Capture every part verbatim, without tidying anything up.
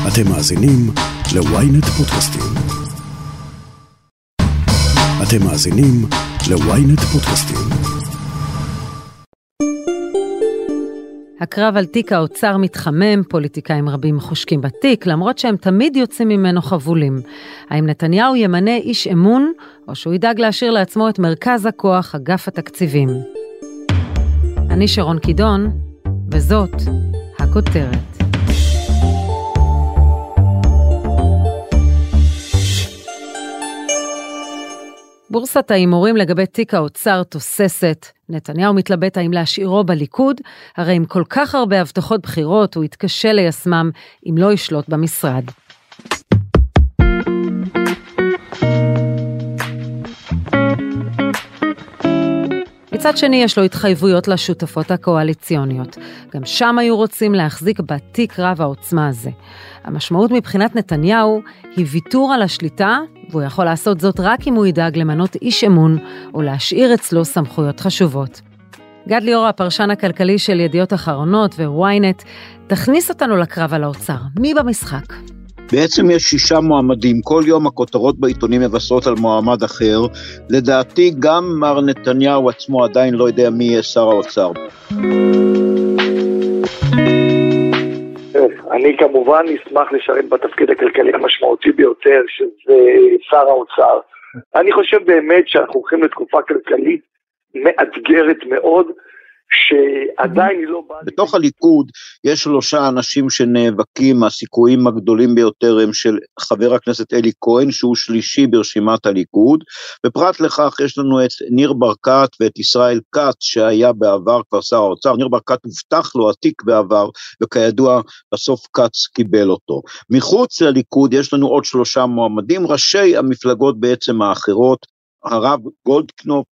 אתם מאזינים ל-ynet פודקאסטים. אתם מאזינים ל-ynet פודקאסטים. הקרב על תיק האוצר מתחמם, פוליטיקאים רבים חושקים בתיק, למרות שהם תמיד יוצאים ממנו חבולים. האם נתניהו ימנה איש אמון, או שהוא ידאג להשאיר לעצמו את מרכז הכוח, אגף התקציבים? אני שרון קידון, וזאת הכותרת. בורסת ההימורים לגבי תיק האוצר תוססת. נתניהו מתלבט האם להשאירו בליכוד, הרי עם כל כך הרבה הבטחות בחירות הוא יתקשה ליישמם אם לא ישלוט במשרד. מצד שני יש לו התחייבויות לשותפות הקואליציוניות. גם שם היו רוצים להחזיק בתיק רב העוצמה הזה. המשמעות מבחינת נתניהו היא ויתור על השליטה, והוא יכול לעשות זאת רק אם הוא ידאג למנות איש אמון, או להשאיר אצלו סמכויות חשובות. גד ליאור, הפרשן הכלכלי של ידיעות אחרונות וויינט, תכניס אותנו לקרב על האוצר. מי במשחק? בעצם יש שישה מועמדים, כל יום הכותרות בעיתונים מבשרות על מועמד אחר, לדעתי גם מר נתניהו עצמו עדיין לא יודע מי יהיה שר האוצר. אני כמובן אשמח לשרת בתפקיד הכלכלי המשמעותי ביותר, שזה שר האוצר. אני חושב באמת שאנחנו הולכים לתקופה כלכלית מאתגרת מאוד, שעדיין היא לא באה... בתוך הליכוד יש שלושה אנשים שנאבקים, הסיכויים הגדולים ביותר הם של חבר הכנסת אלי כהן, שהוא שלישי ברשימת הליכוד, ופרט לכך יש לנו את ניר ברקת ואת ישראל כץ, שהיה בעבר כבר שר האוצר. ניר ברקת הובטח לו עתיק בעבר, וכידוע בסוף כץ קיבל אותו. מחוץ לליכוד יש לנו עוד שלושה מועמדים, ראשי המפלגות בעצם האחרות, הרב גולדקנופ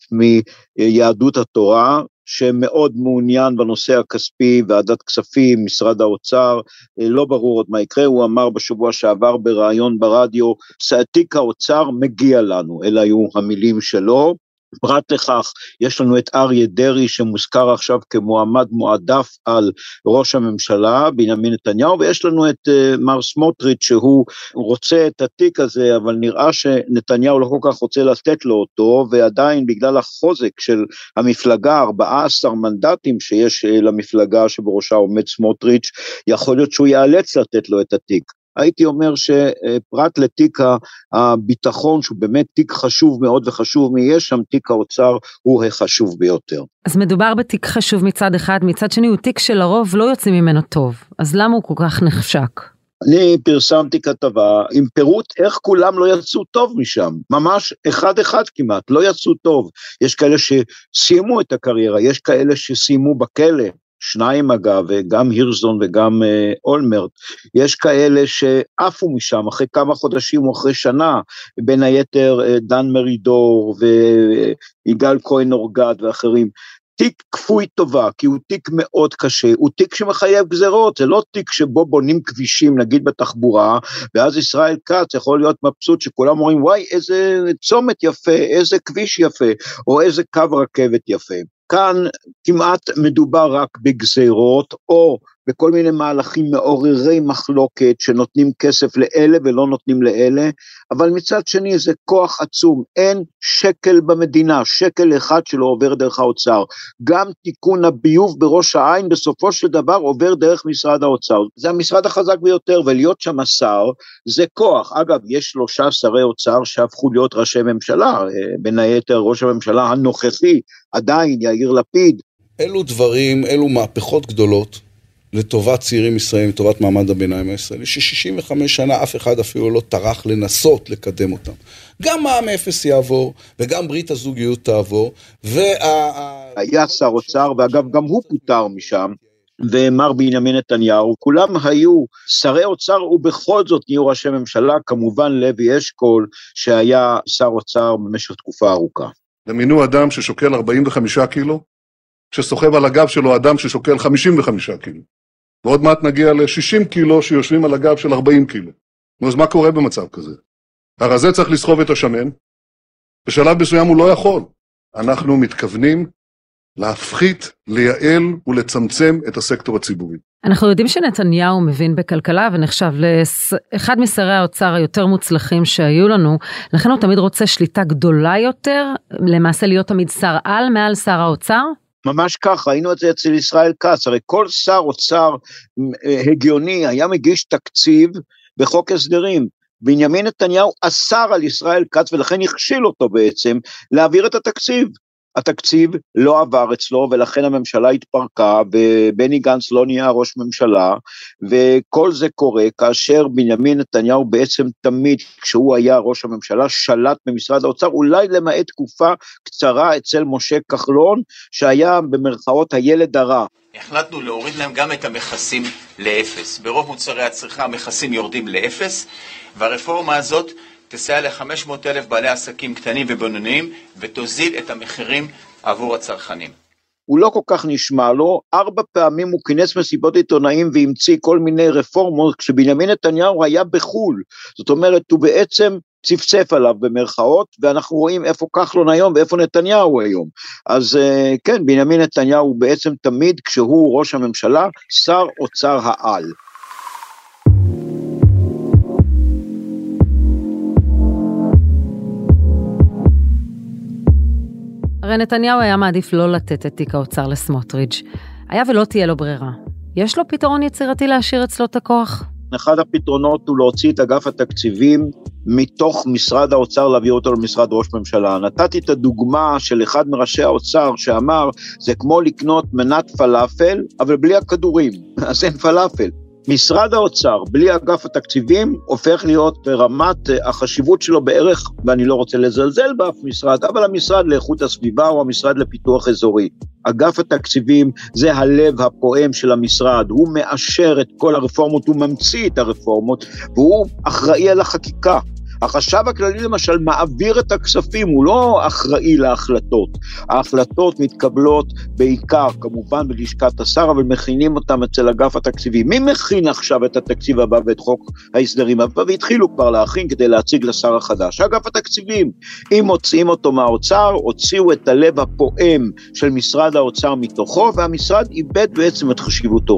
מיהדות התורה, שמאוד מעוניין בנושא הכספי, ועדת כספים, משרד האוצר, לא ברור עוד מה יקרה, הוא אמר בשבוע שעבר ברעיון ברדיו, תיק האוצר מגיע לנו, אלה היו המילים שלו. פרט לכך, יש לנו את אריה דרעי שמוזכר עכשיו כמועמד מועדף על ראש הממשלה, בנימין נתניהו, ויש לנו את uh, מר סמוטריץ' שהוא רוצה את התיק הזה, אבל נראה שנתניהו לא כל כך רוצה לתת לו אותו, ועדיין בגלל החוזק של המפלגה, ארבעה עשר מנדטים שיש uh, למפלגה שבראשה עומד סמוטריץ', יכול להיות שהוא ייאלץ לתת לו את התיק. הייתי אומר שפרט לתיק הביטחון, שהוא באמת תיק חשוב מאוד וחשוב מי יש שם, תיק האוצר הוא החשוב ביותר. אז מדובר בתיק חשוב מצד אחד, מצד שני הוא תיק שלרוב לא יוצאים ממנו טוב, אז למה הוא כל כך נחשק? אני פרסמתי כתבה עם פירוט איך כולם לא יצאו טוב משם, ממש אחד אחד כמעט, לא יצאו טוב. יש כאלה שסיימו את הקריירה, יש כאלה שסיימו בכלא, שניים אגב, גם הירזון וגם אה, אולמרט, יש כאלה שעפו משם אחרי כמה חודשים או אחרי שנה, בין היתר אה, דן מרידור ויגאל כהן אורגד ואחרים. תיק כפוי טובה, כי הוא תיק מאוד קשה, הוא תיק שמחייב גזרות, זה לא תיק שבו בונים כבישים, נגיד בתחבורה, ואז ישראל כץ יכול להיות מבסוט שכולם אומרים, וואי, איזה צומת יפה, איזה כביש יפה, או איזה קו רכבת יפה. כאן כמעט מדובר רק בגזירות, או בכל מיני מהלכים מעוררי מחלוקת, שנותנים כסף לאלה ולא נותנים לאלה, אבל מצד שני זה כוח עצום, אין שקל במדינה, שקל אחד שלא עובר דרך האוצר, גם תיקון הביוב בראש העין בסופו של דבר עובר דרך משרד האוצר, זה המשרד החזק ביותר, ולהיות שם השר זה כוח. אגב, יש שלושה שרי אוצר שהפכו להיות ראשי ממשלה, בין היתר ראש הממשלה הנוכחי, עדיין יאיר לפיד. אלו דברים, אלו מהפכות גדולות, לטובת צעירים ישראלים, לטובת מעמד הביניים הישראלי, ש-שישים וחמש שנה אף אחד אפילו לא טרח לנסות לקדם אותם. גם מע"מ אפס יעבור, וגם ברית הזוגיות תעבור, וה... היה שר אוצר, ואגב גם הוא פוטר משם, ומר בנימין נתניהו, כולם היו שרי אוצר, ובכל זאת נהיו ראשי ממשלה, כמובן לוי אשכול, שהיה שר אוצר במשך תקופה ארוכה. דמיינו אדם ששוקל ארבעים וחמישה קילו, שסוחב על הגב שלו אדם ששוקל חמישים וחמישה קילו. ועוד מעט נגיע ל-שישים קילו שיושבים על הגב של ארבעים קילו. אז מה קורה במצב כזה? הרזה צריך לסחוב את השמן, בשלב מסוים הוא לא יכול. אנחנו מתכוונים להפחית, לייעל ולצמצם את הסקטור הציבורי. אנחנו יודעים שנתניהו מבין בכלכלה ונחשב לאחד משרי האוצר היותר מוצלחים שהיו לנו, לכן הוא תמיד רוצה שליטה גדולה יותר, למעשה להיות תמיד שר על מעל שר האוצר? ממש ככה, ראינו את זה אצל ישראל כץ, הרי כל שר אוצר הגיוני היה מגיש תקציב בחוק הסדרים, בנימין נתניהו אסר על ישראל כץ ולכן הכשיל אותו בעצם להעביר את התקציב. התקציב לא עבר אצלו ולכן הממשלה התפרקה ובני גנץ לא נהיה ראש ממשלה, וכל זה קורה כאשר בנימין נתניהו בעצם תמיד כשהוא היה ראש הממשלה שלט במשרד האוצר, אולי למעט תקופה קצרה אצל משה כחלון שהיה במרכאות הילד הרע. החלטנו להוריד להם גם את המכסים לאפס, ברוב מוצרי הצריכה המכסים יורדים לאפס, והרפורמה הזאת תסייע ל-חמש מאות אלף בעלי עסקים קטנים ובינוניים, ותוזיל את המחירים עבור הצרכנים. הוא לא כל כך נשמע לו, ארבע פעמים הוא כינס מסיבות עיתונאים והמציא כל מיני רפורמות, כשבנימין נתניהו היה בחול, זאת אומרת הוא בעצם צפצף עליו במרכאות, ואנחנו רואים איפה כחלון היום ואיפה נתניהו היום, אז כן, בנימין נתניהו בעצם תמיד כשהוא ראש הממשלה, שר אוצר העל. הרי נתניהו היה מעדיף לא לתת את תיק האוצר לסמוטריץ'. היה ולא תהיה לו ברירה. יש לו פתרון יצירתי להשאיר אצלו את הכוח? אחד הפתרונות הוא להוציא את אגף התקציבים מתוך משרד האוצר, להביא אותו למשרד ראש ממשלה. נתתי את הדוגמה של אחד מראשי האוצר שאמר, זה כמו לקנות מנת פלאפל, אבל בלי הכדורים, אז אין פלאפל. משרד האוצר, בלי אגף התקציבים, הופך להיות ברמת החשיבות שלו בערך, ואני לא רוצה לזלזל באף משרד, אבל המשרד לאיכות הסביבה או המשרד לפיתוח אזורי. אגף התקציבים זה הלב הפועם של המשרד, הוא מאשר את כל הרפורמות, הוא ממציא את הרפורמות, והוא אחראי על החקיקה. החשב הכללי למשל מעביר את הכספים, הוא לא אחראי להחלטות. ההחלטות מתקבלות בעיקר, כמובן בלשכת השר, אבל מכינים אותם אצל אגף התקציבים. מי מכין עכשיו את התקציב הבא ואת חוק ההסדרים הבא? והתחילו כבר להכין כדי להציג לשר החדש. אגף התקציבים, אם מוציאים אותו מהאוצר, הוציאו את הלב הפועם של משרד האוצר מתוכו, והמשרד איבד בעצם את חשיבותו.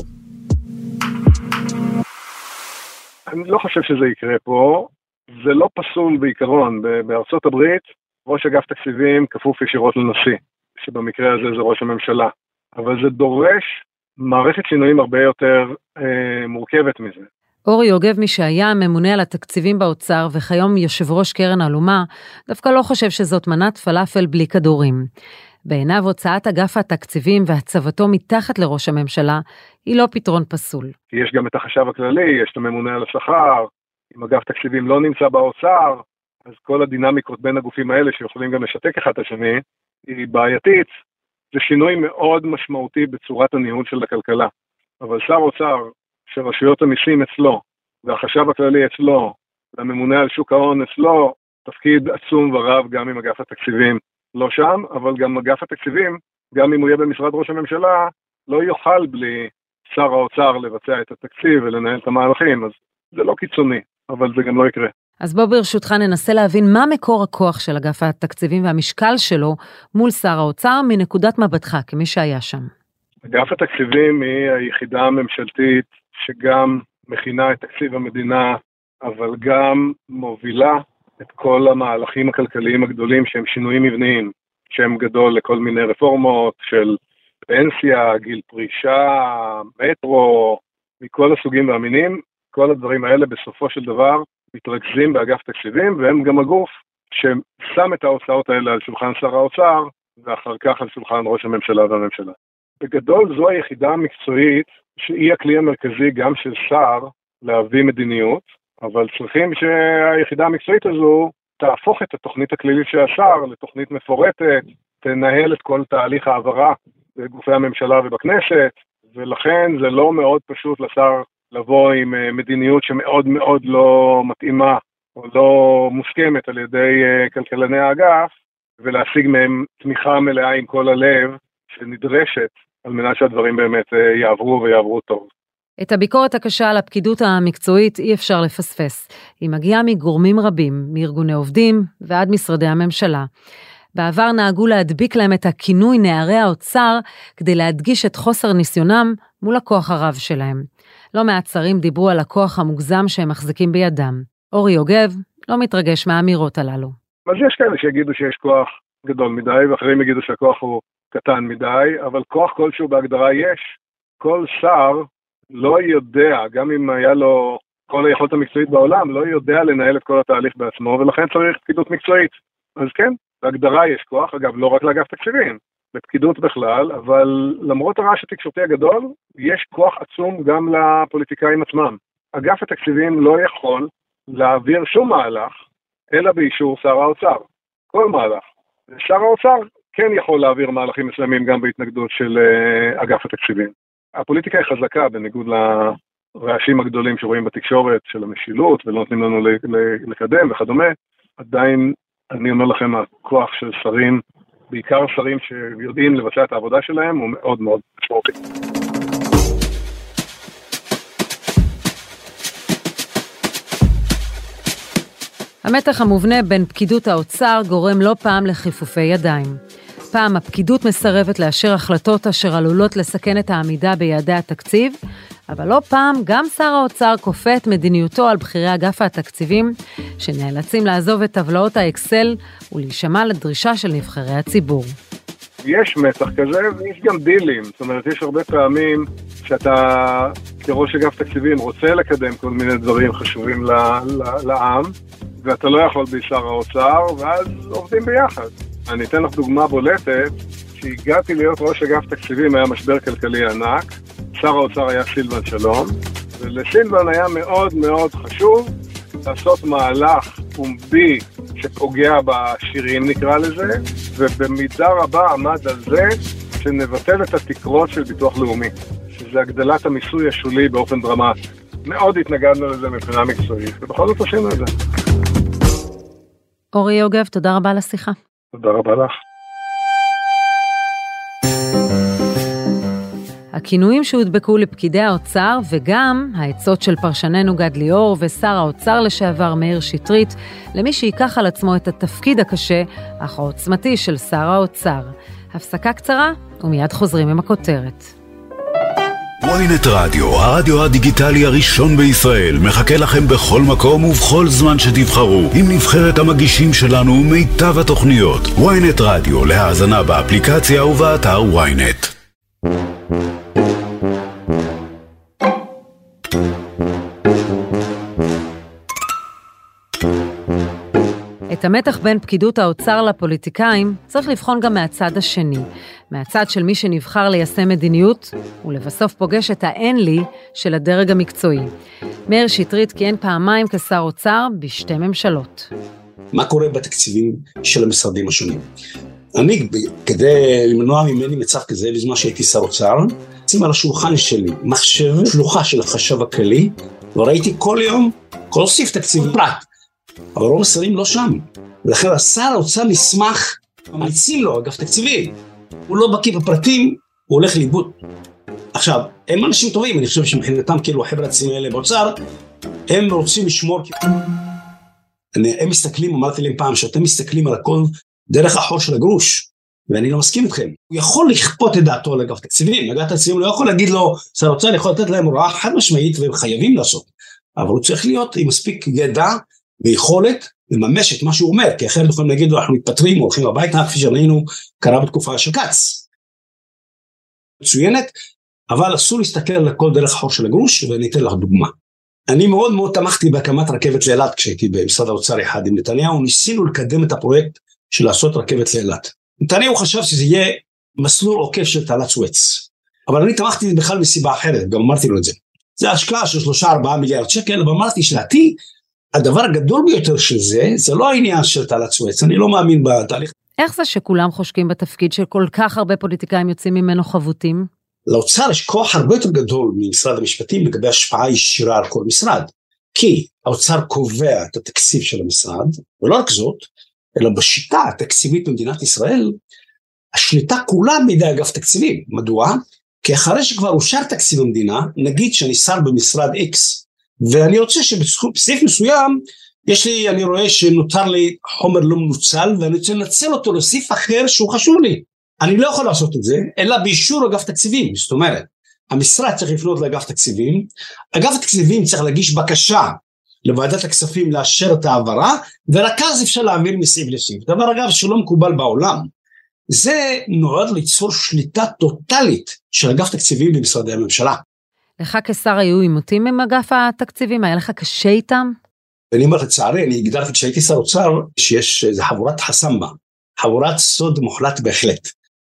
אני לא חושב שזה יקרה פה. זה לא פסול בעיקרון, בארצות הברית ראש אגף תקציבים כפוף ישירות לנשיא, שבמקרה הזה זה ראש הממשלה, אבל זה דורש מערכת שינויים הרבה יותר אה, מורכבת מזה. אורי יוגב, מי שהיה ממונה על התקציבים באוצר וכיום יושב ראש קרן אלומה, דווקא לא חושב שזאת מנת פלאפל בלי כדורים. בעיניו הוצאת אגף התקציבים והצבתו מתחת לראש הממשלה היא לא פתרון פסול. יש גם את החשב הכללי, יש את הממונה על השכר, אם אגף תקציבים לא נמצא באוצר, אז כל הדינמיקות בין הגופים האלה שיכולים גם לשתק אחד את השני, היא בעייתית. זה שינוי מאוד משמעותי בצורת הניהול של הכלכלה. אבל שר אוצר שרשויות המיסים אצלו, והחשב הכללי אצלו, והממונה על שוק ההון אצלו, תפקיד עצום ורב גם עם אגף התקציבים לא שם, אבל גם אגף התקציבים, גם אם הוא יהיה במשרד ראש הממשלה, לא יוכל בלי שר האוצר לבצע את התקציב ולנהל את המהלכים, אז זה לא קיצוני. אבל זה גם לא יקרה. אז בוא ברשותך ננסה להבין מה מקור הכוח של אגף התקציבים והמשקל שלו מול שר האוצר מנקודת מבטך, כמי שהיה שם. אגף התקציבים היא היחידה הממשלתית שגם מכינה את תקציב המדינה, אבל גם מובילה את כל המהלכים הכלכליים הגדולים שהם שינויים מבניים, שהם גדול לכל מיני רפורמות של פנסיה, גיל פרישה, מטרו, מכל הסוגים והמינים. כל הדברים האלה בסופו של דבר מתרכזים באגף תקציבים, והם גם הגוף ששם את ההוצאות האלה על שולחן שר האוצר, ואחר כך על שולחן ראש הממשלה והממשלה. בגדול זו היחידה המקצועית שהיא הכלי המרכזי גם של שר להביא מדיניות, אבל צריכים שהיחידה המקצועית הזו תהפוך את התוכנית הכללית של השר לתוכנית מפורטת, תנהל את כל תהליך העברה בגופי הממשלה ובכנסת, ולכן זה לא מאוד פשוט לשר לבוא עם מדיניות שמאוד מאוד לא מתאימה או לא מוסכמת על ידי כלכלני האגף, ולהשיג מהם תמיכה מלאה עם כל הלב שנדרשת על מנת שהדברים באמת יעברו ויעברו טוב. את הביקורת הקשה על הפקידות המקצועית אי אפשר לפספס. היא מגיעה מגורמים רבים, מארגוני עובדים ועד משרדי הממשלה. בעבר נהגו להדביק להם את הכינוי נערי האוצר כדי להדגיש את חוסר ניסיונם מול הכוח הרב שלהם. לא מעט שרים דיברו על הכוח המוגזם שהם מחזיקים בידם. אורי יוגב לא מתרגש מהאמירות הללו. אז יש כאלה שיגידו שיש כוח גדול מדי, ואחרים יגידו שהכוח הוא קטן מדי, אבל כוח כלשהו בהגדרה יש. כל שר לא יודע, גם אם היה לו כל היכולת המקצועית בעולם, לא יודע לנהל את כל התהליך בעצמו, ולכן צריך פקידות מקצועית. אז כן, בהגדרה יש כוח, אגב, לא רק לאגף תקציבים, בפקידות בכלל, אבל למרות הרעש התקשורתי הגדול, יש כוח עצום גם לפוליטיקאים עצמם. אגף התקציבים לא יכול להעביר שום מהלך, אלא באישור שר האוצר. כל מהלך. שר האוצר כן יכול להעביר מהלכים מסוימים גם בהתנגדות של uh, אגף התקציבים. הפוליטיקה היא חזקה בניגוד לרעשים הגדולים שרואים בתקשורת של המשילות ולא נותנים לנו לקדם וכדומה. עדיין אני אומר לכם, הכוח של שרים, בעיקר שרים שיודעים לבצע את העבודה שלהם, הוא מאוד מאוד משמעותי. המתח המובנה בין פקידות האוצר גורם לא פעם לחיפופי ידיים. פעם הפקידות מסרבת לאשר החלטות אשר עלולות לסכן את העמידה ביעדי התקציב, אבל לא פעם גם שר האוצר כופה את מדיניותו על בכירי אגף התקציבים, שנאלצים לעזוב את טבלאות האקסל ולהישמע לדרישה של נבחרי הציבור. יש מתח כזה ויש גם דילים, זאת אומרת יש הרבה פעמים שאתה כראש אגף תקציבים רוצה לקדם כל מיני דברים חשובים לעם, ואתה לא יכול בשר האוצר, ואז עובדים ביחד. אני אתן לך דוגמה בולטת, שהגעתי להיות ראש אגף תקציבים, היה משבר כלכלי ענק, שר האוצר היה סילבן שלום, ולסילבן היה מאוד מאוד חשוב לעשות מהלך פומבי שפוגע בשירים נקרא לזה, ובמידה רבה עמד על זה שנבטל את התקרות של ביטוח לאומי, שזה הגדלת המיסוי השולי באופן דרמטי. מאוד התנגדנו לזה מבחינה מקצועית, ובכל זאת עשינו את זה. אורי יוגב, תודה רבה לשיחה. תודה רבה לך. הכינויים שהודבקו לפקידי האוצר וגם העצות של פרשננו גד ליאור ושר האוצר לשעבר מאיר שטרית למי שיקח על עצמו את התפקיד הקשה אך העוצמתי של שר האוצר. הפסקה קצרה ומיד חוזרים עם הכותרת. וויינט רדיו, הרדיו הדיגיטלי הראשון בישראל, מחכה לכם בכל מקום ובכל זמן שתבחרו, עם נבחרת המגישים שלנו ומיטב התוכניות. וויינט רדיו, להאזנה באפליקציה ובאתר וויינט. את המתח בין פקידות האוצר לפוליטיקאים צריך לבחון גם מהצד השני, מהצד של מי שנבחר ליישם מדיניות, ולבסוף פוגש את האין לי של הדרג המקצועי. מאיר שטרית כיהן פעמיים כשר אוצר בשתי ממשלות. מה קורה בתקציבים של המשרדים השונים? אני, כדי למנוע ממני מצב כזה, בזמן שהייתי שר אוצר, שים על השולחן שלי מחשב שלוחה של החשב הכללי, וראיתי כל יום כל סעיף תקציב פרט. אבל רוב השרים לא שם, ולכן השר האוצר נשמח, ממליצים לו אגף תקציבי, הוא לא בקיא בפרטים, הוא הולך לאיבוד. עכשיו, הם אנשים טובים, אני חושב שמבחינתם כאילו החבר'ה הצעירים האלה באוצר, הם רוצים לשמור, הם מסתכלים, אמרתי להם פעם, שאתם מסתכלים על הכל דרך החור של הגרוש, ואני לא מסכים איתכם. הוא יכול לכפות את דעתו על אגף תקציבים, אגף תקציבים לא יכול להגיד לו, שר האוצר יכול לתת להם הוראה חד משמעית, והם חייבים לעשות, אבל הוא צריך להיות עם מספיק ידע, ויכולת לממש את מה שהוא אומר, כי אחרת יכולים להגיד, אנחנו מתפטרים, הולכים הביתה, כפי שראינו, קרה בתקופה של קץ. מצוינת, אבל אסור להסתכל על הכל דרך החור של הגרוש, ואני אתן לך דוגמה. אני מאוד מאוד תמכתי בהקמת רכבת לאילת, כשהייתי במשרד האוצר אחד עם נתניהו, ניסינו לקדם את הפרויקט של לעשות רכבת לאילת. נתניהו חשב שזה יהיה מסלול עוקף של תעלת סואץ, אבל אני תמכתי בכלל מסיבה אחרת, גם אמרתי לו את זה. זה השקעה של שלושה ארבעה מיליארד שקל, אבל אמרתי שלעתי, הדבר הגדול ביותר של זה, זה לא העניין של תעלת סואץ, אני לא מאמין בתהליך. איך זה שכולם חושקים בתפקיד שכל כך הרבה פוליטיקאים יוצאים ממנו חבוטים? לאוצר יש כוח הרבה יותר גדול ממשרד המשפטים לגבי השפעה ישירה על כל משרד, כי האוצר קובע את התקציב של המשרד, ולא רק זאת, אלא בשיטה התקציבית במדינת ישראל, השליטה כולה בידי אגף תקציבים. מדוע? כי אחרי שכבר אושר תקציב המדינה, נגיד שאני שר במשרד X, ואני רוצה שבסעיף מסוים, יש לי, אני רואה שנותר לי חומר לא מנוצל, ואני רוצה לנצל אותו לסעיף אחר שהוא חשוב לי. אני לא יכול לעשות את זה, אלא באישור אגף תקציבים. זאת אומרת, המשרד צריך לפנות לאגף תקציבים, אגף התקציבים צריך להגיש בקשה לוועדת הכספים לאשר את העברה, ורק אז אפשר להעביר מסעיף לסעיף. דבר אגב שלא מקובל בעולם, זה נועד ליצור שליטה טוטלית של אגף תקציבים במשרדי הממשלה. לך כשר היו עימותים עם אגף התקציבים? היה לך קשה איתם? אני אומר לצערי, אני הגדרתי כשהייתי שר אוצר, שיש איזו חבורת חסמבה, חבורת סוד מוחלט בהחלט.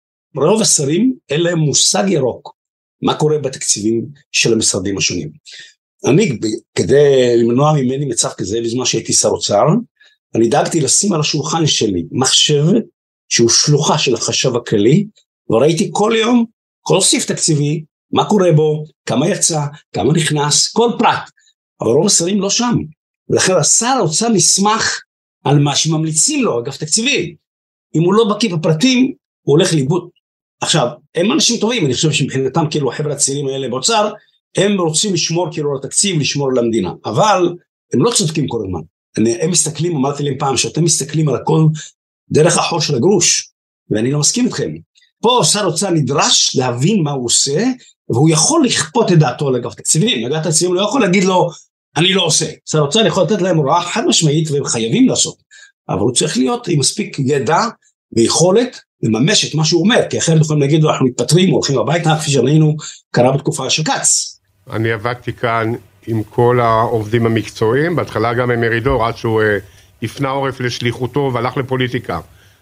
רוב השרים אין להם מושג ירוק, מה קורה בתקציבים של המשרדים השונים. אני, כדי למנוע ממני מצב כזה, בזמן שהייתי שר אוצר, אני דאגתי לשים על השולחן שלי מחשב, שהוא שלוחה של החשב הכללי, וראיתי כל יום, כל סעיף תקציבי, מה קורה בו, כמה יצא, כמה נכנס, כל פרט. אבל רוב השרים לא שם. ולכן השר האוצר נסמך על מה שממליצים לו, אגף תקציבי. אם הוא לא בקיא בפרטים, הוא הולך לאיבוד. עכשיו, הם אנשים טובים, אני חושב שמבחינתם כאילו החבר'ה הצעירים האלה באוצר, הם רוצים לשמור כאילו על התקציב, לשמור על המדינה. אבל הם לא צודקים כל הזמן. הם מסתכלים, אמרתי להם פעם, שאתם מסתכלים על הכל דרך החור של הגרוש, ואני לא מסכים איתכם. פה שר האוצר נדרש להבין מה הוא עושה, והוא יכול לכפות את דעתו על אגף תקציבים. אגף תקציבים לא יכול להגיד לו, אני לא עושה. שר האוצר יכול לתת להם הוראה חד משמעית, והם חייבים לעשות. אבל הוא צריך להיות עם מספיק ידע ויכולת לממש את מה שהוא אומר, כי אחרת יכולים להגיד, אנחנו מתפטרים, הולכים הביתה, כפי שראינו, קרה בתקופה של קץ. אני עבדתי כאן עם כל העובדים המקצועיים, בהתחלה גם עם מרידור, עד שהוא הפנה עורף לשליחותו והלך לפוליטיקה.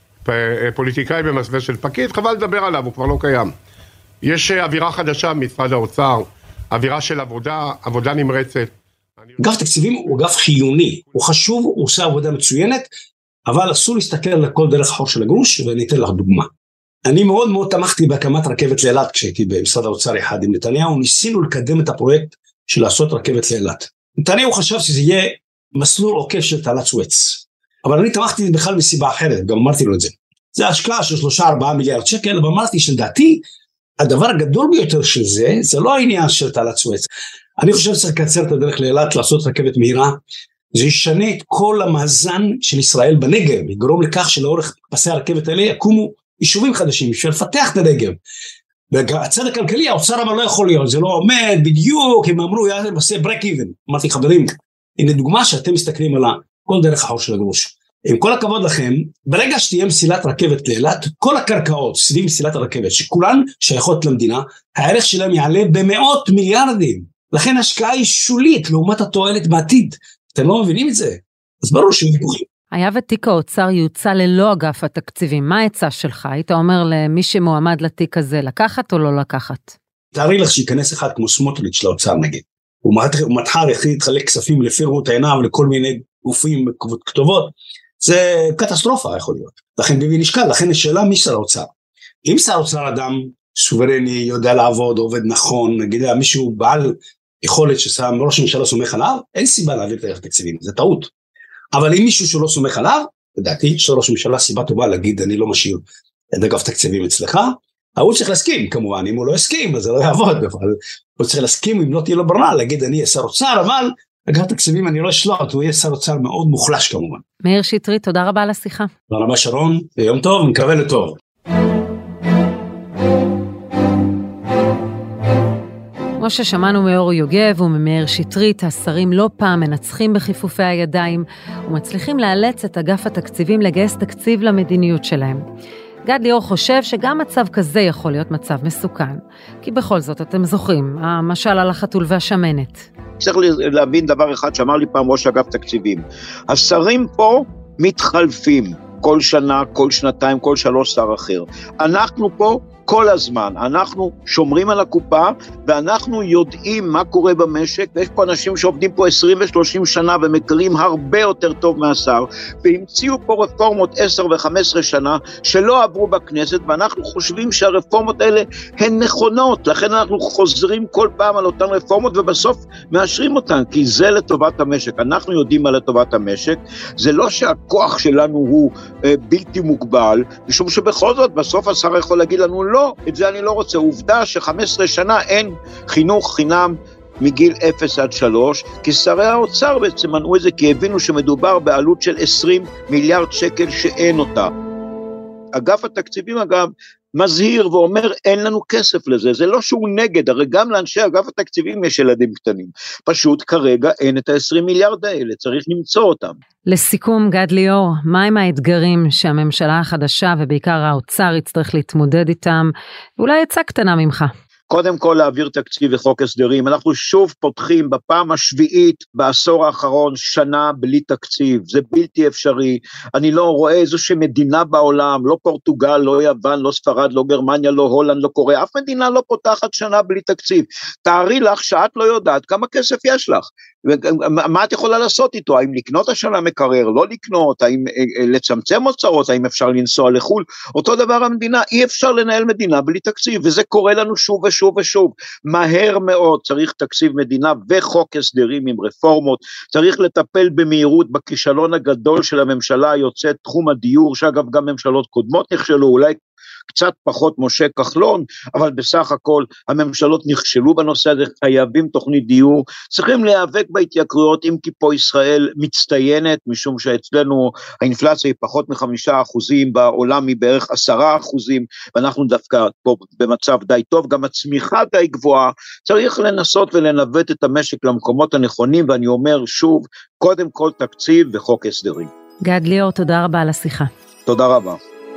פוליטיקאי במסווה של פקיד, חבל לדבר עליו, הוא כבר לא קיים. יש אווירה חדשה במשרד האוצר, אווירה של עבודה, עבודה נמרצת. אגף תקציבים הוא אגף חיוני, הוא חשוב, הוא עושה עבודה מצוינת, אבל אסור להסתכל על הכל דרך החור של הגרוש, ואני אתן לך דוגמה. אני מאוד מאוד תמכתי בהקמת רכבת לאילת, כשהייתי במשרד האוצר אחד עם נתניהו, ניסינו לקדם את הפרויקט של לעשות רכבת לאילת. נתניהו חשב שזה יהיה מסלול עוקף של תעלת סואץ, אבל אני תמכתי בכלל מסיבה אחרת, גם אמרתי לו את זה. זה השקעה של שלושה ארבעה מיליארד שקל, אבל אמרתי שלדעתי, הדבר הגדול ביותר של זה, זה לא העניין של תעלת סואץ. אני חושב שצריך לקצר את הדרך לאילת, לעשות רכבת מהירה, זה ישנה את כל המאזן של ישראל בנגב, יגרום לכך שלאורך פסי הרכבת האלה יקומו יישובים חדשים, בשביל לפתח את הנגב. והצד הכלכלי, האוצר אבל לא יכול להיות, זה לא עומד בדיוק, הם אמרו, יעשה ברק איבן. אמרתי, חברים, הנה דוגמה שאתם מסתכלים על כל דרך החור של הגרוש. עם כל הכבוד לכם, ברגע שתהיה מסילת רכבת לאילת, כל הקרקעות סביב מסילת הרכבת, שכולן שייכות למדינה, הערך שלהם יעלה במאות מיליארדים. לכן ההשקעה היא שולית, לעומת התועלת בעתיד. אתם לא מבינים את זה? אז ברור שהם ויכוחים. היה ותיק האוצר יוצא ללא אגף התקציבים, מה העצה שלך? היית אומר למי שמועמד לתיק הזה, לקחת או לא לקחת? תארי לך שיכנס אחד כמו סמוטריץ' לאוצר נגיד. הוא מתחר יחיד להתחלק כספים לפירמות העיניים, לכל מיני גופים כתובות. זה קטסטרופה יכול להיות. לכן ביבי נשקל, לכן השאלה מי שר האוצר. אם שר האוצר אדם סוברני, יודע לעבוד, עובד נכון, נגיד מישהו בעל יכולת ששם ראש הממשלה סומך עליו, אין סיבה להעביר את הערך תקציבים, זה טעות. אבל אם מישהו שלא סומך עליו, לדעתי, של ראש הממשלה סיבה טובה להגיד, אני לא משאיר את אגף תקציבים אצלך, הוא צריך להסכים, כמובן, אם הוא לא הסכים, אז זה לא יעבוד, אבל הוא צריך להסכים, אם לא תהיה לו בררה, להגיד, אני אהיה שר אוצר, אבל אגף תקציבים אני לא אשלוט, הוא יהיה שר אוצר מאוד מוחלש כמובן. מאיר שטרית, תודה רבה על השיחה. תודה רבה שרון, יום טוב, מקווה לטוב. כמו ששמענו מאור יוגב וממאיר שטרית, השרים לא פעם מנצחים בחיפופי הידיים ומצליחים לאלץ את אגף התקציבים לגייס תקציב למדיניות שלהם. גד ליאור חושב שגם מצב כזה יכול להיות מצב מסוכן, כי בכל זאת אתם זוכרים, המשל על החתול והשמנת. צריך להבין דבר אחד שאמר לי פעם ראש אגף תקציבים, השרים פה מתחלפים כל שנה, כל שנתיים, כל שלוש שר אחר. אנחנו פה כל הזמן, אנחנו שומרים על הקופה, ואנחנו יודעים מה קורה במשק, ויש פה אנשים שעובדים פה עשרים ושלושים שנה, ומכירים הרבה יותר טוב מהשר, והמציאו פה רפורמות עשר וחמש עשרה שנה, שלא עברו בכנסת, ואנחנו חושבים שהרפורמות האלה הן נכונות, לכן אנחנו חוזרים כל פעם על אותן רפורמות, ובסוף מאשרים אותן, כי זה לטובת המשק, אנחנו יודעים מה לטובת המשק, זה לא שהכוח שלנו הוא אה, בלתי מוגבל, משום שבכל זאת, בסוף השר יכול להגיד לנו לא, לא, את זה אני לא רוצה. עובדה ש-חמש עשרה שנה אין חינוך חינם מגיל אפס עד שלוש, כי שרי האוצר בעצם מנעו את זה, כי הבינו שמדובר בעלות של עשרים מיליארד שקל שאין אותה. אגף התקציבים אגב, מזהיר ואומר אין לנו כסף לזה, זה לא שהוא נגד, הרי גם לאנשי אגף התקציבים יש ילדים קטנים, פשוט כרגע אין את ה-עשרים מיליארד האלה, צריך למצוא אותם. לסיכום, גד ליאור, מהם האתגרים שהממשלה החדשה ובעיקר האוצר יצטרך להתמודד איתם, ואולי עצה קטנה ממך? קודם כל להעביר תקציב וחוק הסדרים, אנחנו שוב פותחים בפעם השביעית בעשור האחרון שנה בלי תקציב, זה בלתי אפשרי, אני לא רואה איזושהי מדינה בעולם, לא פורטוגל, לא יוון, לא ספרד, לא גרמניה, לא הולנד, לא קוריאה, אף מדינה לא פותחת שנה בלי תקציב, תארי לך שאת לא יודעת כמה כסף יש לך, מה את יכולה לעשות איתו, האם לקנות השנה מקרר, לא לקנות, האם לצמצם הוצאות, האם אפשר לנסוע לחול, אותו דבר המדינה, אי אפשר לנהל מדינה בלי תקציב, וזה קורה לנו שוב ושוב ושוב, מהר מאוד צריך תקציב מדינה וחוק הסדרים עם רפורמות, צריך לטפל במהירות בכישלון הגדול של הממשלה היוצאת תחום הדיור, שאגב גם ממשלות קודמות נכשלו, אולי קצת פחות משה כחלון, אבל בסך הכל הממשלות נכשלו בנושא הזה, חייבים תוכנית דיור, צריכים להיאבק בהתייקרויות, אם כי פה ישראל מצטיינת, משום שאצלנו האינפלציה היא פחות מחמישה אחוזים, בעולם היא בערך עשרה אחוזים, ואנחנו דווקא פה במצב די טוב, גם הצמיחה די גבוהה, צריך לנסות ולנווט את המשק למקומות הנכונים, ואני אומר שוב, קודם כל תקציב וחוק הסדרים. גד ליאור, תודה רבה על השיחה. תודה רבה.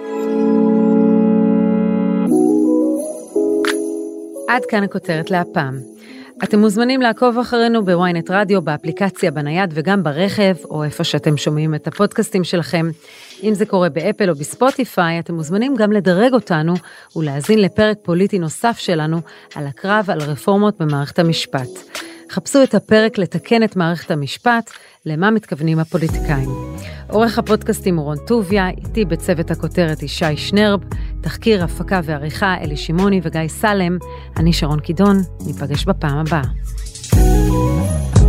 עד כאן הכותרת להפעם. אתם מוזמנים לעקוב אחרינו בוויינט רדיו, באפליקציה, בנייד וגם ברכב, או איפה שאתם שומעים את הפודקאסטים שלכם. אם זה קורה באפל או בספוטיפיי, אתם מוזמנים גם לדרג אותנו ולהזין לפרק פוליטי נוסף שלנו על הקרב על רפורמות במערכת המשפט. חפשו את הפרק לתקן את מערכת המשפט, למה מתכוונים הפוליטיקאים. עורך הפודקאסטים הוא רון טוביה, איתי בצוות הכותרת ישי שנרב, תחקיר, הפקה ועריכה אלי שימוני וגיא סלם, אני שרון קידון, ניפגש בפעם הבאה.